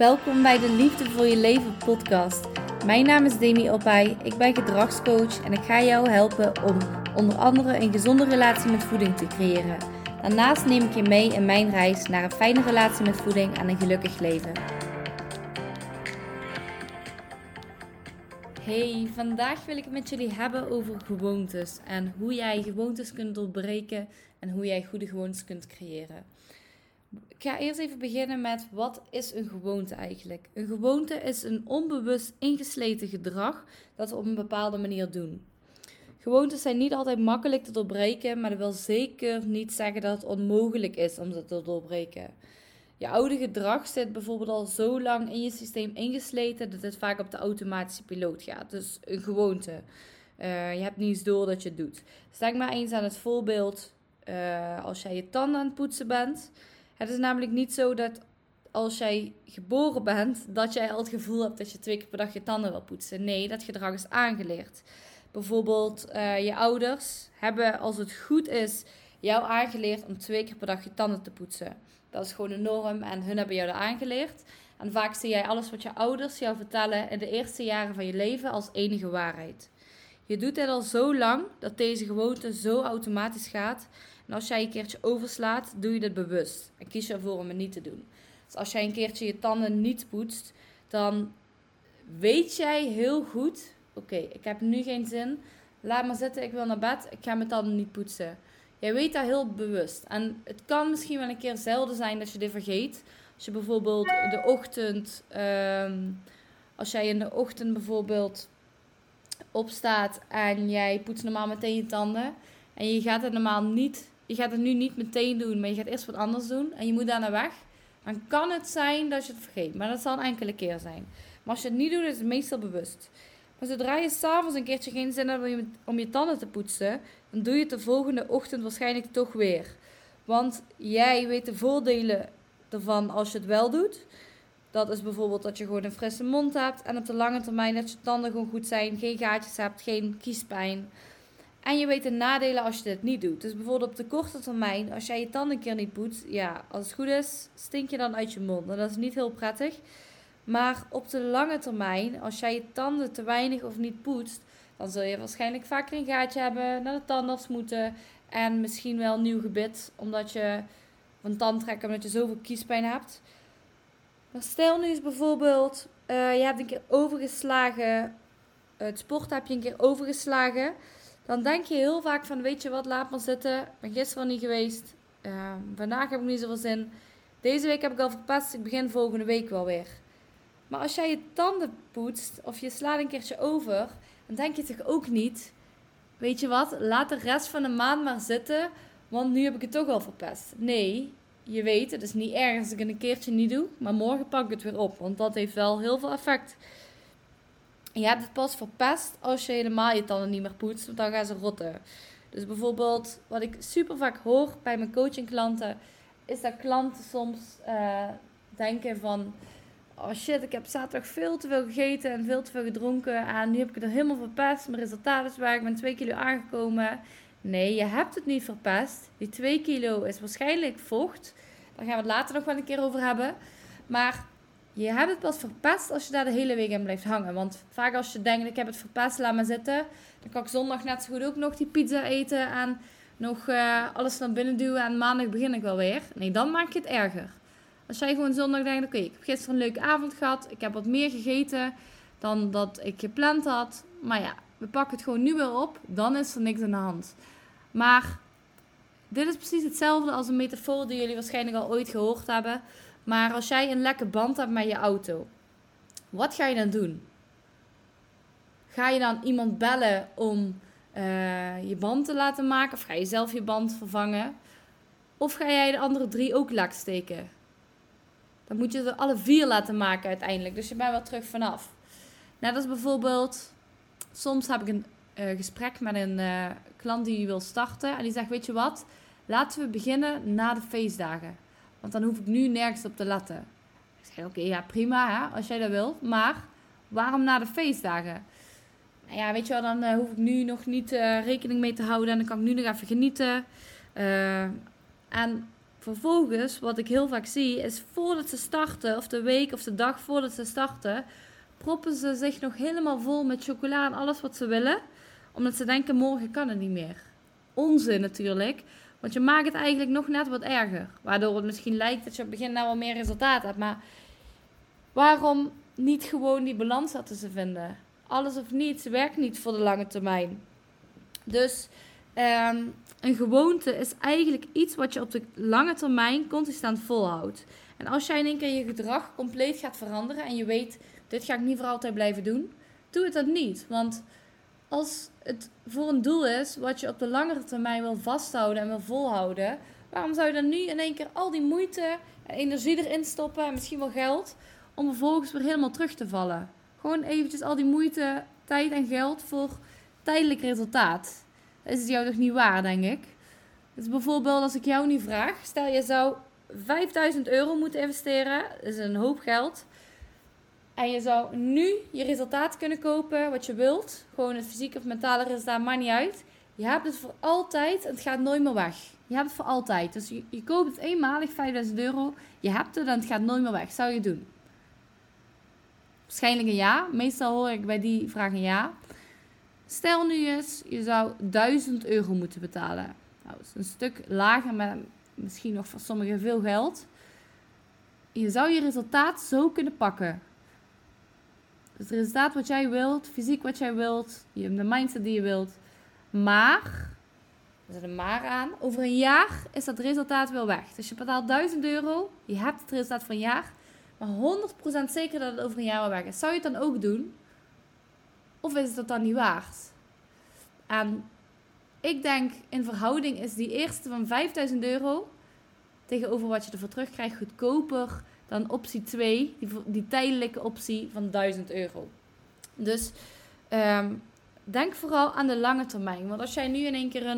Welkom bij de Liefde voor je leven podcast. Mijn naam is Demi Oppay, ik ben gedragscoach en ik ga jou helpen om onder andere een gezonde relatie met voeding te creëren. Daarnaast neem ik je mee in mijn reis naar een fijne relatie met voeding en een gelukkig leven. Hey, vandaag wil ik het met jullie hebben over gewoontes en hoe jij gewoontes kunt doorbreken en hoe jij goede gewoontes kunt creëren. Ik ga eerst even beginnen met wat is een gewoonte eigenlijk? Een gewoonte is een onbewust ingesleten gedrag dat we op een bepaalde manier doen. Gewoontes zijn niet altijd makkelijk te doorbreken, maar dat wil zeker niet zeggen dat het onmogelijk is om ze te doorbreken. Je oude gedrag zit bijvoorbeeld al zo lang in je systeem ingesleten dat het vaak op de automatische piloot gaat. Dus een gewoonte. Je hebt niet eens door dat je het doet. Dus denk maar eens aan het voorbeeld als jij je tanden aan het poetsen bent. Het is namelijk niet zo dat als jij geboren bent, dat jij al het gevoel hebt dat je 2 keer per dag je tanden wil poetsen. Nee, dat gedrag is aangeleerd. Bijvoorbeeld je ouders hebben, als het goed is, jou aangeleerd om 2 keer per dag je tanden te poetsen. Dat is gewoon een norm en hun hebben jou dat aangeleerd. En vaak zie jij alles wat je ouders jou vertellen in de eerste jaren van je leven als enige waarheid. Je doet dit al zo lang dat deze gewoonte zo automatisch gaat. En als jij een keertje overslaat, doe je dit bewust. En kies je ervoor om het niet te doen. Dus als jij een keertje je tanden niet poetst, dan weet jij heel goed, oké, ik heb nu geen zin. Laat maar zitten, ik wil naar bed, ik ga mijn tanden niet poetsen. Jij weet dat heel bewust. En het kan misschien wel een keer zelden zijn dat je dit vergeet. Als je bijvoorbeeld de ochtend, als jij in de ochtend bijvoorbeeld opstaat en jij poetst normaal meteen je tanden. En je gaat het normaal niet, je gaat het nu niet meteen doen, maar je gaat eerst wat anders doen. En je moet daarna weg. Dan kan het zijn dat je het vergeet. Maar dat zal een enkele keer zijn. Maar als je het niet doet, is het meestal bewust. Maar zodra je s'avonds een keertje geen zin hebt om je tanden te poetsen, dan doe je het de volgende ochtend waarschijnlijk toch weer. Want jij weet de voordelen ervan als je het wel doet. Dat is bijvoorbeeld dat je gewoon een frisse mond hebt. En op de lange termijn dat je tanden gewoon goed zijn. Geen gaatjes hebt, geen kiespijn. En je weet de nadelen als je dit niet doet. Dus bijvoorbeeld op de korte termijn, als jij je tanden een keer niet poetst. Ja, als het goed is, stink je dan uit je mond. En dat is niet heel prettig. Maar op de lange termijn, als jij je tanden te weinig of niet poetst, dan zul je waarschijnlijk vaker een gaatje hebben, naar de tandarts moeten. En misschien wel een nieuw gebit, omdat je van tand trekken, omdat je zoveel kiespijn hebt. Maar stel nu eens bijvoorbeeld, je hebt een keer overgeslagen, het sport heb je een keer overgeslagen. Dan denk je heel vaak van, weet je wat, laat maar zitten. Ik ben gisteren al niet geweest. Vandaag heb ik niet zoveel zin. Deze week heb ik al verpest, ik begin volgende week wel weer. Maar als jij je tanden poetst of je slaat een keertje over, dan denk je toch ook niet, weet je wat, laat de rest van de maand maar zitten, want nu heb ik het toch al verpest. Nee, je weet, het is niet erg als ik het een keertje niet doe, maar morgen pak ik het weer op, want dat heeft wel heel veel effect. Je hebt het pas verpest als je helemaal je tanden niet meer poetst, want dan gaan ze rotten. Dus bijvoorbeeld, wat ik super vaak hoor bij mijn coachingklanten, is dat klanten soms denken van, oh shit, ik heb zaterdag veel te veel gegeten en veel te veel gedronken. En nu heb ik het er helemaal verpest. Mijn resultaat is waar, ik ben 2 kilo aangekomen. Nee, je hebt het niet verpest. Die 2 kilo is waarschijnlijk vocht. Daar gaan we het later nog wel een keer over hebben. Maar je hebt het pas verpest als je daar de hele week in blijft hangen. Want vaak als je denkt, ik heb het verpest, laat maar zitten. Dan kan ik zondag net zo goed ook nog die pizza eten. En nog alles naar binnen duwen. En maandag begin ik wel weer. Nee, dan maak je het erger. Als jij gewoon zondag denkt, oké, ik heb gisteren een leuke avond gehad. Ik heb wat meer gegeten dan dat ik gepland had. Maar ja, we pakken het gewoon nu weer op. Dan is er niks aan de hand. Maar dit is precies hetzelfde als een metafoor die jullie waarschijnlijk al ooit gehoord hebben. Maar als jij een lekke band hebt met je auto, wat ga je dan doen? Ga je dan iemand bellen om je band te laten maken? Of ga je zelf je band vervangen? Of ga jij de andere 3 ook lek steken? Dan moet je er alle 4 laten maken uiteindelijk. Dus je bent wel terug vanaf. Net als bijvoorbeeld, soms heb ik een gesprek met een klant die wil starten. En die zegt, weet je wat, laten we beginnen na de feestdagen. Want dan hoef ik nu nergens op te letten. Ik zeg, oké, ja prima hè, als jij dat wilt. Maar waarom na de feestdagen? Nou ja, weet je wel, dan hoef ik nu nog niet rekening mee te houden. En dan kan ik nu nog even genieten. En vervolgens, wat ik heel vaak zie, is voordat ze starten, of de week of de dag voordat ze starten, proppen ze zich nog helemaal vol met chocola en alles wat ze willen. Omdat ze denken, morgen kan het niet meer. Onzin natuurlijk. Want je maakt het eigenlijk nog net wat erger. Waardoor het misschien lijkt dat je op het begin nou wel meer resultaat hebt. Maar waarom niet gewoon die balans hadden te vinden? Alles of niets werkt niet voor de lange termijn. Dus een gewoonte is eigenlijk iets wat je op de lange termijn consistent volhoudt. En als jij in één keer je gedrag compleet gaat veranderen en je weet, dit ga ik niet voor altijd blijven doen, doe het dan niet. Want als het voor een doel is wat je op de langere termijn wil vasthouden en wil volhouden, waarom zou je dan nu in één keer al die moeite en energie erin stoppen en misschien wel geld, om vervolgens weer helemaal terug te vallen? Gewoon eventjes al die moeite, tijd en geld voor tijdelijk resultaat. Dat is het jou toch niet waar, denk ik? Dus bijvoorbeeld als ik jou nu vraag, stel je zou 5.000 euro moeten investeren, dat is een hoop geld. En je zou nu je resultaat kunnen kopen wat je wilt. Gewoon het fysieke of mentale resultaat, maakt niet uit. Je hebt het voor altijd en het gaat nooit meer weg. Je hebt het voor altijd. Dus je koopt het eenmalig, 5.000 euro. Je hebt het en het gaat nooit meer weg. Zou je doen? Waarschijnlijk een ja. Meestal hoor ik bij die vraag een ja. Stel nu eens, je zou 1.000 euro moeten betalen. Nou, dat is een stuk lager, maar misschien nog voor sommigen veel geld. Je zou je resultaat zo kunnen pakken. Het resultaat wat jij wilt, fysiek wat jij wilt, de mindset die je wilt. Maar, er zit een maar aan, over een jaar is dat resultaat wel weg. Dus je betaalt 1.000 euro, je hebt het resultaat van een jaar, maar 100% zeker dat het over een jaar wel weg is. Zou je het dan ook doen? Of is het dat dan niet waard? En ik denk, in verhouding is die eerste van 5.000 euro tegenover wat je ervoor terugkrijgt goedkoper dan optie 2, die tijdelijke optie van 1.000 euro. Dus denk vooral aan de lange termijn. Want als jij nu in één keer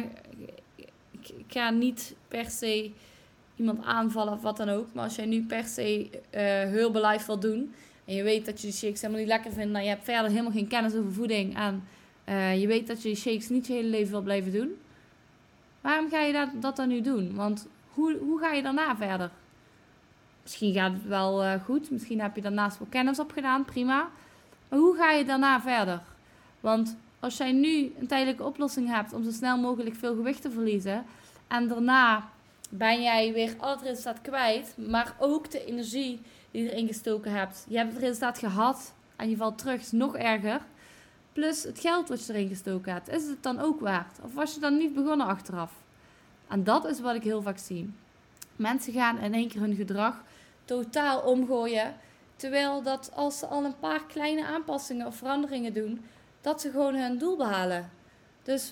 ik ga niet per se iemand aanvallen of wat dan ook. Maar als jij nu per se Herbalife wil doen. En je weet dat je die shakes helemaal niet lekker vindt. Nou, je hebt verder helemaal geen kennis over voeding. En je weet dat je die shakes niet je hele leven wil blijven doen. Waarom ga je dat dan nu doen? Want hoe ga je daarna verder? Misschien gaat het wel goed. Misschien heb je daarnaast wel kennis opgedaan. Prima. Maar hoe ga je daarna verder? Want als jij nu een tijdelijke oplossing hebt om zo snel mogelijk veel gewicht te verliezen. En daarna ben jij weer al het resultaat kwijt. Maar ook de energie die je erin gestoken hebt. Je hebt het resultaat gehad en je valt terug. Is nog erger. Plus het geld wat je erin gestoken hebt. Is het dan ook waard? Of was je dan niet begonnen achteraf? En dat is wat ik heel vaak zie. Mensen gaan in één keer hun gedrag totaal omgooien. Terwijl dat als ze al een paar kleine aanpassingen of veranderingen doen, dat ze gewoon hun doel behalen. Dus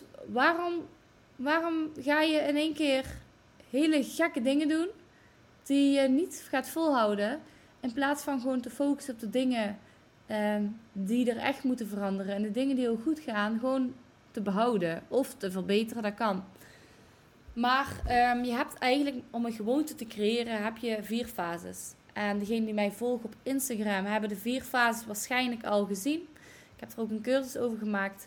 waarom ga je in één keer hele gekke dingen doen die je niet gaat volhouden, in plaats van gewoon te focussen op de dingen die er echt moeten veranderen en de dingen die heel goed gaan, gewoon te behouden of te verbeteren, dat kan. Maar je hebt eigenlijk, om een gewoonte te creëren, heb je 4 fases. En degenen die mij volgen op Instagram hebben de 4 fases waarschijnlijk al gezien. Ik heb er ook een cursus over gemaakt.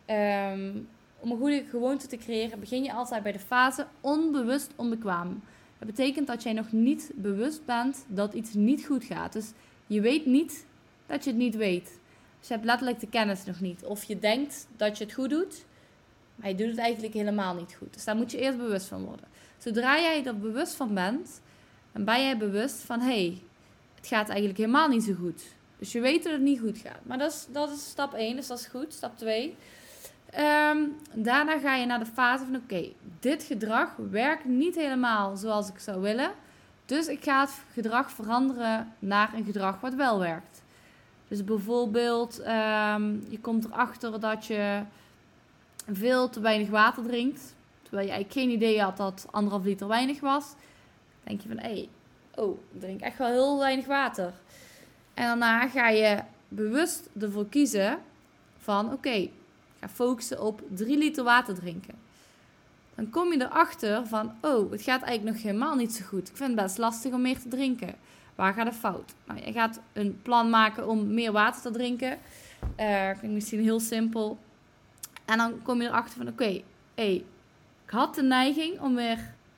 Om een goede gewoonte te creëren begin je altijd bij de fase onbewust onbekwaam. Dat betekent dat jij nog niet bewust bent dat iets niet goed gaat. Dus je weet niet dat je het niet weet. Dus je hebt letterlijk de kennis nog niet. Of je denkt dat je het goed doet, maar je doet het eigenlijk helemaal niet goed. Dus daar moet je eerst bewust van worden. Zodra jij er bewust van bent, dan ben jij bewust van, hey, het gaat eigenlijk helemaal niet zo goed. Dus je weet dat het niet goed gaat. Maar dat is stap 1, dus dat is goed. Stap 2. Daarna ga je naar de fase van, oké, dit gedrag werkt niet helemaal zoals ik zou willen. Dus ik ga het gedrag veranderen naar een gedrag wat wel werkt. Dus bijvoorbeeld, je komt erachter dat je veel te weinig water drinkt. Terwijl je eigenlijk geen idee had dat 1,5 liter weinig was. Dan denk je van, ik drink echt wel heel weinig water. En daarna ga je bewust ervoor kiezen van, oké, ga focussen op 3 liter water drinken. Dan kom je erachter van, het gaat eigenlijk nog helemaal niet zo goed. Ik vind het best lastig om meer te drinken. Waar gaat het fout? Nou, je gaat een plan maken om meer water te drinken. Misschien heel simpel. En dan kom je erachter van, ik had de neiging om weer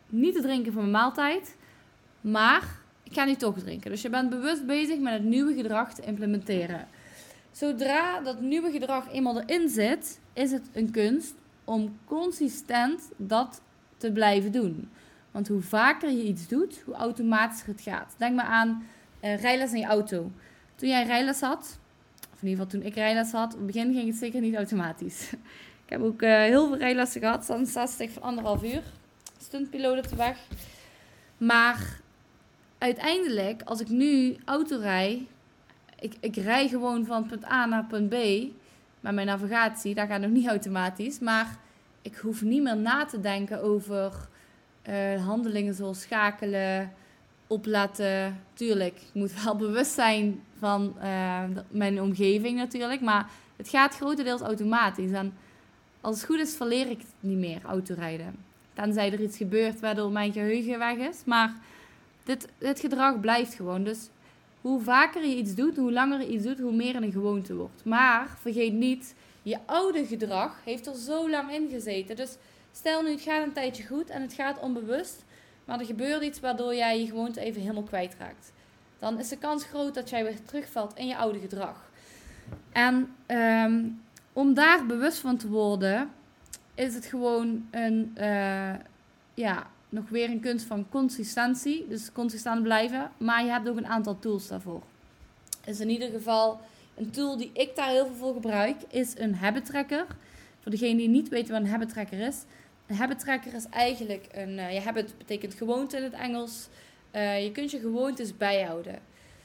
niet te drinken voor mijn maaltijd, maar ik ga nu toch drinken. Dus je bent bewust bezig met het nieuwe gedrag te implementeren. Zodra dat nieuwe gedrag eenmaal erin zit, is het een kunst om consistent dat te blijven doen. Want hoe vaker je iets doet, hoe automatischer het gaat. Denk maar aan rijles in je auto. Toen jij rijles had, of in ieder geval toen ik rijles had, op het begin ging het zeker niet automatisch. Ik heb ook heel veel rijlessen gehad, 60 van 1,5 uur. Stuntpiloot op de weg. Maar uiteindelijk, als ik nu auto rij, ik rij gewoon van punt A naar punt B. Met mijn navigatie, daar gaat nog niet automatisch. Maar ik hoef niet meer na te denken over handelingen zoals schakelen, opletten. Tuurlijk, ik moet wel bewust zijn van mijn omgeving natuurlijk. Maar het gaat grotendeels automatisch. En als het goed is, verleer ik niet meer autorijden. Tenzij er iets gebeurt waardoor mijn geheugen weg is. Maar dit gedrag blijft gewoon. Dus hoe vaker je iets doet, hoe langer je iets doet, hoe meer een gewoonte wordt. Maar vergeet niet, je oude gedrag heeft er zo lang in gezeten. Dus stel nu, het gaat een tijdje goed en het gaat onbewust. Maar er gebeurt iets waardoor jij je gewoonte even helemaal kwijtraakt. Dan is de kans groot dat jij weer terugvalt in je oude gedrag. En om daar bewust van te worden, is het gewoon nog weer een kunst van consistentie. Dus consistent blijven. Maar je hebt ook een aantal tools daarvoor. Dus in ieder geval, een tool die ik daar heel veel voor gebruik, is een habit tracker. Voor degene die niet weten wat een habit tracker is. Een habit tracker is eigenlijk je habit betekent gewoonte in het Engels. Je kunt je gewoontes bijhouden.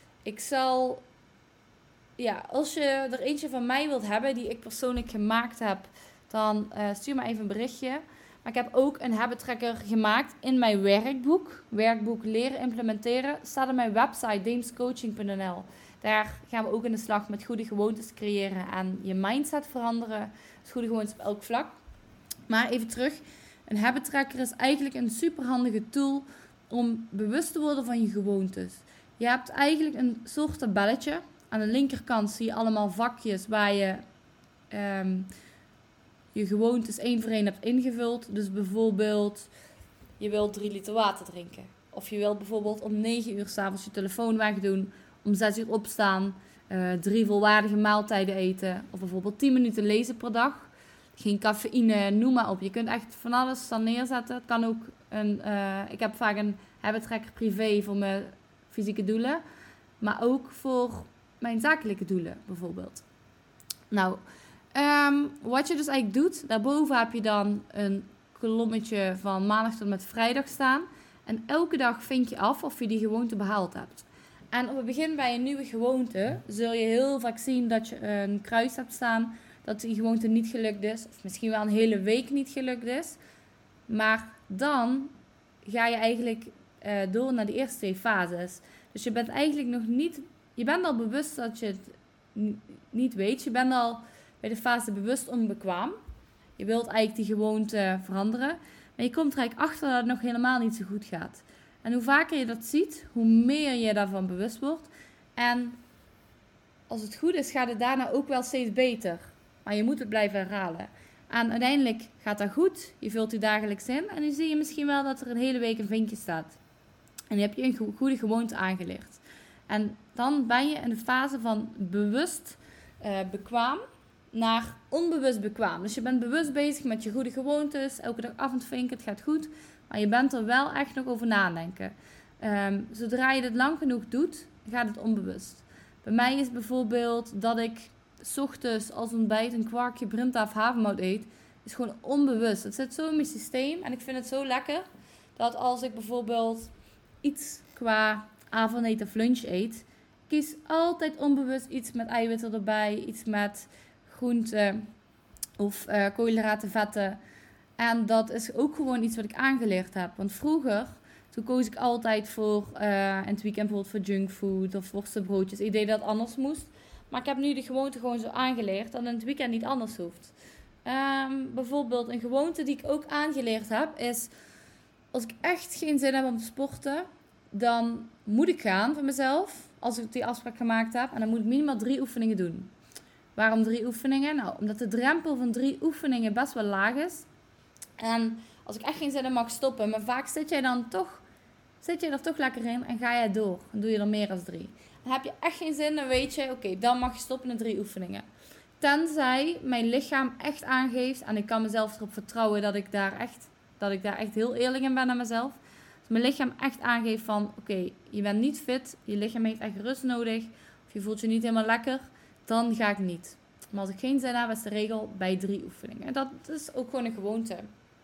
Als je er eentje van mij wilt hebben, die ik persoonlijk gemaakt heb, dan stuur me even een berichtje. Maar ik heb ook een habit tracker gemaakt in mijn werkboek. Werkboek leren implementeren. Staat op mijn website deemscoaching.nl. Daar gaan we ook in de slag met goede gewoontes creëren en je mindset veranderen. Dus goede gewoontes op elk vlak. Maar even terug. Een habit tracker is eigenlijk een superhandige tool om bewust te worden van je gewoontes. Je hebt eigenlijk een soort tabelletje. Aan de linkerkant zie je allemaal vakjes waar je je gewoontes 1 voor 1 hebt ingevuld. Dus bijvoorbeeld, je wilt 3 liter water drinken. Of je wilt bijvoorbeeld om 9 uur 's avonds je telefoon wegdoen. Om 6 uur opstaan. 3 volwaardige maaltijden eten. Of bijvoorbeeld 10 minuten lezen per dag. Geen cafeïne, noem maar op. Je kunt echt van alles dan neerzetten. Het kan ook ik heb vaak een habit tracker privé voor mijn fysieke doelen. Maar ook voor mijn zakelijke doelen bijvoorbeeld. Nou, wat je dus eigenlijk doet, daarboven heb je dan een kolommetje van maandag tot met vrijdag staan. En elke dag vind je af of je die gewoonte behaald hebt. En op het begin bij een nieuwe gewoonte zul je heel vaak zien dat je een kruis hebt staan, dat die gewoonte niet gelukt is. Of misschien wel een hele week niet gelukt is. Maar dan ga je eigenlijk door naar de eerste 2 fases. Dus je bent eigenlijk nog niet, je bent al bewust dat je het niet weet. Je bent al bij de fase bewust onbekwaam. Je wilt eigenlijk die gewoonte veranderen. Maar je komt er eigenlijk achter dat het nog helemaal niet zo goed gaat. En hoe vaker je dat ziet, hoe meer je daarvan bewust wordt. En als het goed is, gaat het daarna ook wel steeds beter. Maar je moet het blijven herhalen. En uiteindelijk gaat dat goed. Je vult die dagelijks in. En nu zie je misschien wel dat er een hele week een vinkje staat. En die heb je een goede gewoonte aangeleerd. En dan ben je in de fase van bewust bekwaam naar onbewust bekwaam. Dus je bent bewust bezig met je goede gewoontes. Elke dag af en toe vinken, het gaat goed. Maar je bent er wel echt nog over nadenken. Zodra je dit lang genoeg doet, gaat het onbewust. Bij mij is bijvoorbeeld dat ik 's ochtends als ontbijt een kwarkje Brinta havermout eet. Is gewoon onbewust. Het zit zo in mijn systeem. En ik vind het zo lekker dat als ik bijvoorbeeld iets qua avondeten of lunch eet, kies altijd onbewust iets met eiwitten erbij. Iets met groenten of koolhydraten, vetten. En dat is ook gewoon iets wat ik aangeleerd heb. Want vroeger, toen koos ik altijd voor in het weekend bijvoorbeeld voor junkfood of worstenbroodjes. Ik deed dat het anders moest. Maar ik heb nu de gewoonte gewoon zo aangeleerd dat in het weekend niet anders hoeft. Bijvoorbeeld een gewoonte die ik ook aangeleerd heb is, als ik echt geen zin heb om te sporten, dan moet ik gaan van mezelf, als ik die afspraak gemaakt heb. En dan moet ik minimaal 3 oefeningen doen. Waarom 3 oefeningen? Nou, omdat de drempel van 3 oefeningen best wel laag is. En Als ik echt geen zin heb, mag ik stoppen. Maar vaak zit je er toch lekker in en ga je door. Dan doe je er meer dan 3. Dan heb je echt geen zin, dan weet je, oké, dan mag je stoppen na 3 oefeningen. Tenzij mijn lichaam echt aangeeft, en ik kan mezelf erop vertrouwen dat ik daar echt heel eerlijk in ben aan mezelf. Als mijn lichaam echt aangeeft van, oké, je bent niet fit, je lichaam heeft echt rust nodig, of je voelt je niet helemaal lekker, dan ga ik niet. Maar als ik geen zin heb, is de regel bij 3 oefeningen. Dat is ook gewoon een gewoonte.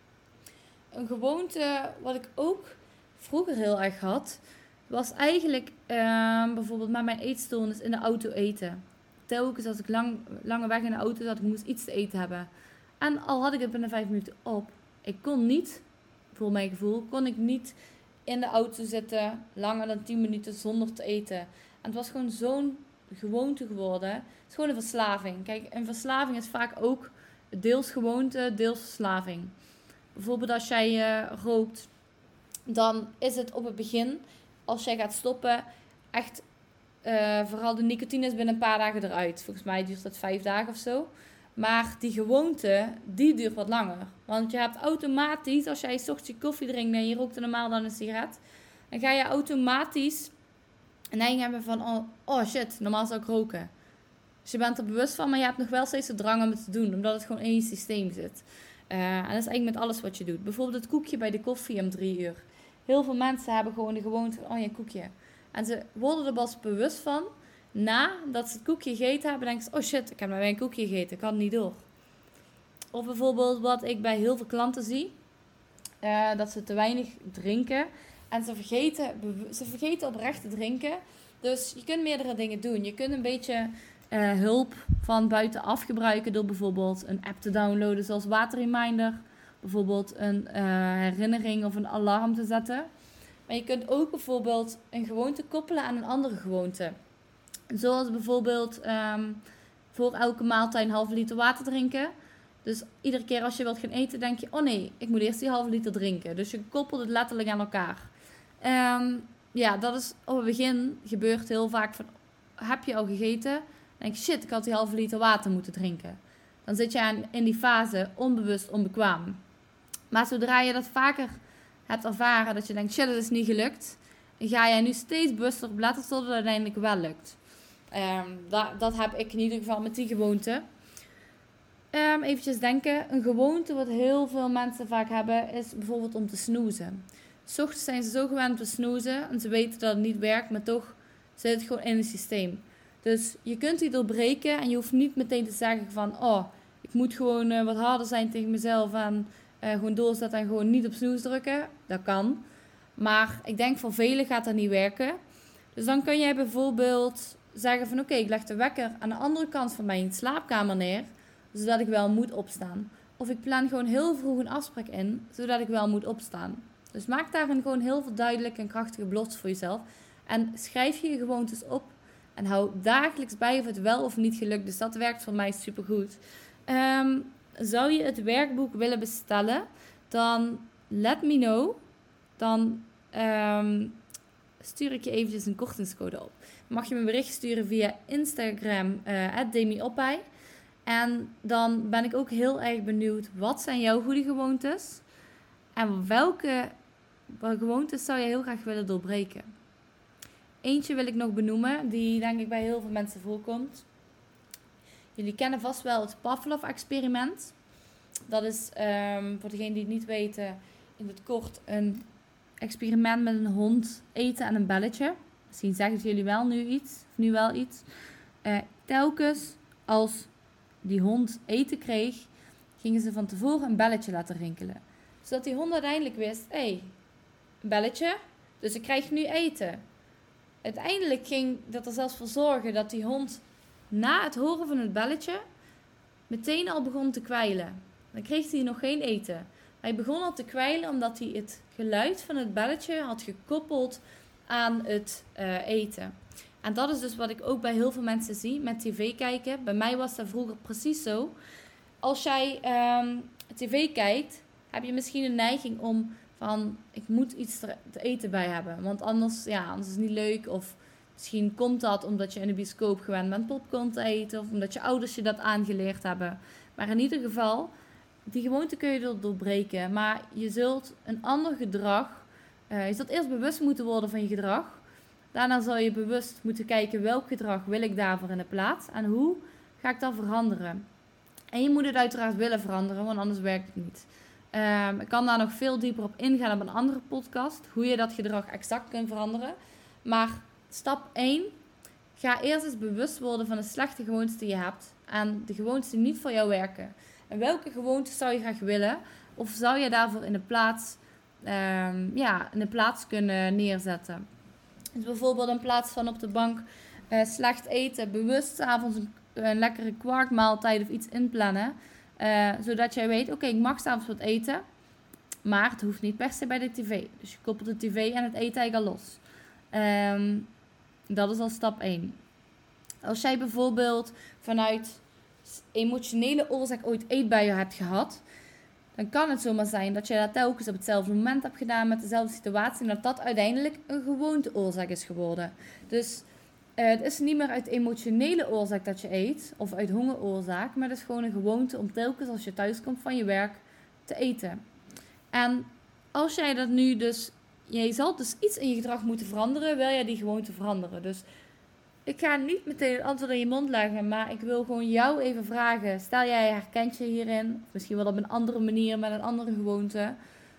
Een gewoonte wat ik ook vroeger heel erg had, was eigenlijk bijvoorbeeld met mijn eetstoornis in de auto eten. Telkens als ik lange weg in de auto zat, ik moest iets te eten hebben. En al had ik het binnen 5 minuten op, ik kon niet, voor mijn gevoel, in de auto zitten langer dan 10 minuten zonder te eten. En het was gewoon zo'n gewoonte geworden. Het is gewoon een verslaving. Kijk, een verslaving is vaak ook deels gewoonte, deels verslaving. Bijvoorbeeld als jij rookt, dan is het op het begin, als jij gaat stoppen, echt vooral de nicotine is binnen een paar dagen eruit. Volgens mij duurt dat 5 dagen of zo. Maar die gewoonte, die duurt wat langer. Want je hebt automatisch, als jij 's ochtends je koffie drinkt en je rookt normaal dan een sigaret, dan ga je automatisch een neiging hebben van, oh shit, normaal zou ik roken. Dus je bent er bewust van, maar je hebt nog wel steeds de drang om het te doen, omdat het gewoon in je systeem zit. En dat is eigenlijk met alles wat je doet. Bijvoorbeeld het koekje bij de koffie om 3 uur. Heel veel mensen hebben gewoon de gewoonte van, oh ja, een koekje. En ze worden er pas bewust van, nadat ze het koekje gegeten hebben, denken ze, oh shit, ik heb maar weer een koekje gegeten, ik kan het niet door. Of bijvoorbeeld wat ik bij heel veel klanten zie, dat ze te weinig drinken. En ze vergeten oprecht te drinken. Dus je kunt meerdere dingen doen. Je kunt een beetje hulp van buitenaf gebruiken door bijvoorbeeld een app te downloaden zoals Waterreminder. Bijvoorbeeld een herinnering of een alarm te zetten. Maar je kunt ook bijvoorbeeld een gewoonte koppelen aan een andere gewoonte. Zoals bijvoorbeeld voor elke maaltijd een halve liter water drinken. Dus iedere keer als je wilt gaan eten, denk je, oh nee, ik moet eerst die halve liter drinken. Dus je koppelt het letterlijk aan elkaar. Ja, dat is op het begin gebeurt heel vaak van, heb je al gegeten? Dan denk je, shit, ik had die halve liter water moeten drinken. Dan zit je in die fase onbewust onbekwaam. Maar zodra je dat vaker hebt ervaren, dat je denkt, shit, dat is niet gelukt, dan ga jij nu steeds bewuster op letten tot het uiteindelijk wel lukt. Dat heb ik in ieder geval met die gewoonte. Eventjes denken, een gewoonte wat heel veel mensen vaak hebben, is bijvoorbeeld om te snoezen. 's Ochtends zijn ze zo gewend om te snoezen en ze weten dat het niet werkt, maar toch zit het gewoon in het systeem. Dus je kunt die doorbreken en je hoeft niet meteen te zeggen van, oh, ik moet gewoon wat harder zijn tegen mezelf en gewoon doorzetten en gewoon niet op snoes drukken. Dat kan. Maar ik denk voor velen gaat dat niet werken. Dus dan kun jij bijvoorbeeld zeggen van, oké, ik leg de wekker aan de andere kant van mijn slaapkamer neer, zodat ik wel moet opstaan. Of ik plan gewoon heel vroeg een afspraak in, zodat ik wel moet opstaan. Dus maak daarin gewoon heel veel duidelijke en krachtige beloftes voor jezelf. En schrijf je gewoontes op. En hou dagelijks bij of het wel of niet gelukt. Dus dat werkt voor mij supergoed. Zou je het werkboek willen bestellen, dan let me know. Dan stuur ik je eventjes een kortingscode op. Mag je me een bericht sturen via Instagram, @demiopai. En dan ben ik ook heel erg benieuwd, wat zijn jouw goede gewoontes? En welke gewoontes zou je heel graag willen doorbreken? Eentje wil ik nog benoemen, die denk ik bij heel veel mensen voorkomt. Jullie kennen vast wel het Pavlov-experiment. Dat is, voor degenen die het niet weten, in het kort een experiment met een hond eten en een belletje. Misschien zeggen jullie wel nu wel iets. Telkens als die hond eten kreeg, gingen ze van tevoren een belletje laten rinkelen. Zodat die hond uiteindelijk wist, een belletje, dus ik krijg nu eten. Uiteindelijk ging dat er zelfs voor zorgen dat die hond na het horen van het belletje meteen al begon te kwijlen. Dan kreeg hij nog geen eten. Hij begon al te kwijlen omdat hij het geluid van het belletje had gekoppeld aan het eten. En dat is dus wat ik ook bij heel veel mensen zie met tv kijken. Bij mij was dat vroeger precies zo. Als jij tv kijkt, heb je misschien een neiging om van, ik moet iets te eten bij hebben. Want anders is het niet leuk. Of misschien komt dat omdat je in de bioscoop gewend bent popcorn te eten. Of omdat je ouders je dat aangeleerd hebben. Maar in ieder geval, die gewoonte kun je doorbreken. Maar je zult een ander gedrag... je zult eerst bewust moeten worden van je gedrag. Daarna zal je bewust moeten kijken welk gedrag wil ik daarvoor in de plaats. En hoe ga ik dat veranderen. En je moet het uiteraard willen veranderen, want anders werkt het niet. Ik kan daar nog veel dieper op ingaan op een andere podcast. Hoe je dat gedrag exact kunt veranderen. Maar stap 1. Ga eerst eens bewust worden van de slechte gewoontes die je hebt. En de gewoontes die niet voor jou werken. En welke gewoontes zou je graag willen? Of zou je daarvoor in de plaats kunnen neerzetten? Dus bijvoorbeeld in plaats van op de bank slecht eten. Bewust 's avonds een lekkere kwarkmaaltijd of iets inplannen. Zodat jij weet, oké, ik mag 's avonds wat eten. Maar het hoeft niet per se bij de tv. Dus je koppelt de tv en het eten eigenlijk al los. Dat is al stap 1. Als jij bijvoorbeeld vanuit emotionele oorzaak ooit eetbuien hebt gehad, dan kan het zomaar zijn dat je dat telkens op hetzelfde moment hebt gedaan met dezelfde situatie en dat uiteindelijk een gewoonteoorzaak is geworden. Dus het is niet meer uit emotionele oorzaak dat je eet of uit hongeroorzaak, maar het is gewoon een gewoonte om telkens als je thuis komt van je werk te eten. En als jij dat nu dus, je zal dus iets in je gedrag moeten veranderen, wil jij die gewoonte veranderen. Dus ik ga niet meteen het antwoord in je mond leggen, maar ik wil gewoon jou even vragen. Stel jij herkent je hierin, of misschien wel op een andere manier met een andere gewoonte.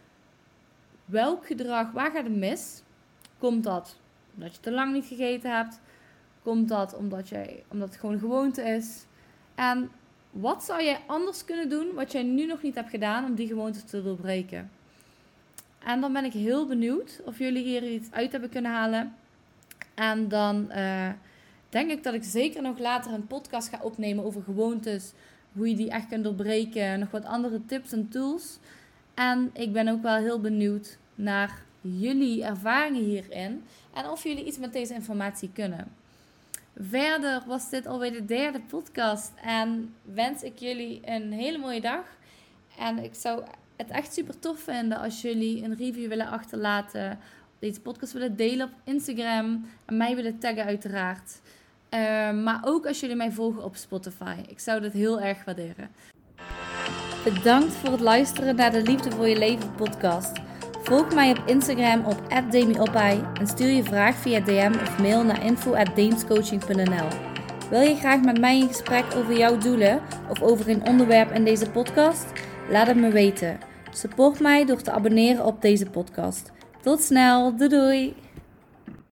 Welk gedrag, waar gaat het mis? Komt dat omdat je te lang niet gegeten hebt? Komt dat omdat het gewoon een gewoonte is? En wat zou jij anders kunnen doen wat jij nu nog niet hebt gedaan om die gewoonte te doorbreken? En dan ben ik heel benieuwd of jullie hier iets uit hebben kunnen halen. En dan denk ik dat ik zeker nog later een podcast ga opnemen over gewoontes. Hoe je die echt kunt doorbreken. Nog wat andere tips en tools. En ik ben ook wel heel benieuwd naar jullie ervaringen hierin. En of jullie iets met deze informatie kunnen. Verder was dit alweer de 3e podcast. En wens ik jullie een hele mooie dag. En ik zou het echt super tof vinden als jullie een review willen achterlaten. Deze podcast willen delen op Instagram. En mij willen taggen uiteraard. Maar ook als jullie mij volgen op Spotify. Ik zou dat heel erg waarderen. Bedankt voor het luisteren naar de Liefde voor je Leven podcast. Volg mij op Instagram op @demiopai en stuur je vraag via DM of mail naar info@deemscoaching.nl. Wil je graag met mij in gesprek over jouw doelen of over een onderwerp in deze podcast? Laat het me weten. Support mij door te abonneren op deze podcast. Tot snel, doei doei!